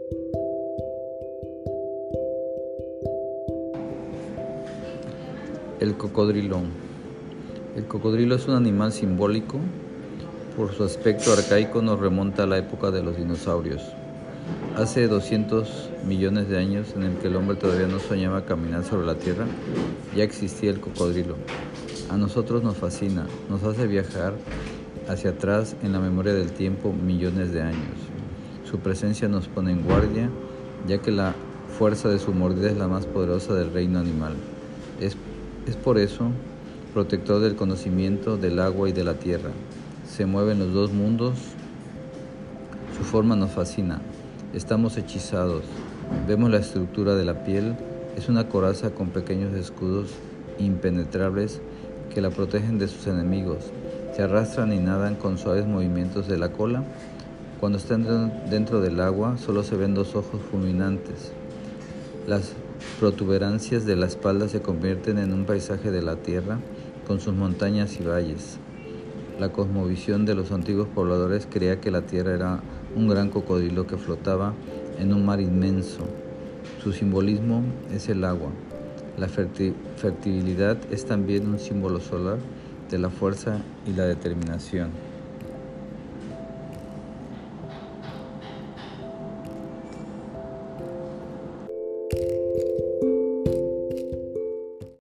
El cocodrilo. El cocodrilo es un animal simbólico. Por su aspecto arcaico nos remonta a la época de los dinosaurios. Hace 200 millones de años, en el que el hombre todavía no soñaba caminar sobre la tierra, ya existía el cocodrilo. A nosotros nos fascina, nos hace viajar hacia atrás en la memoria del tiempo millones de años. Su presencia nos pone en guardia, ya que la fuerza de su mordida es la más poderosa del reino animal. Es por eso protector del conocimiento, del agua y de la tierra. Se mueve en los dos mundos. Su forma nos fascina. Estamos hechizados. Vemos la estructura de la piel. Es una coraza con pequeños escudos impenetrables que la protegen de sus enemigos. Se arrastran y nadan con suaves movimientos de la cola. Cuando están dentro del agua, solo se ven dos ojos fulminantes. Las protuberancias de la espalda se convierten en un paisaje de la tierra, con sus montañas y valles. La cosmovisión de los antiguos pobladores creía que la tierra era un gran cocodrilo que flotaba en un mar inmenso. Su simbolismo es el agua. La fertilidad es también un símbolo solar de la fuerza y la determinación.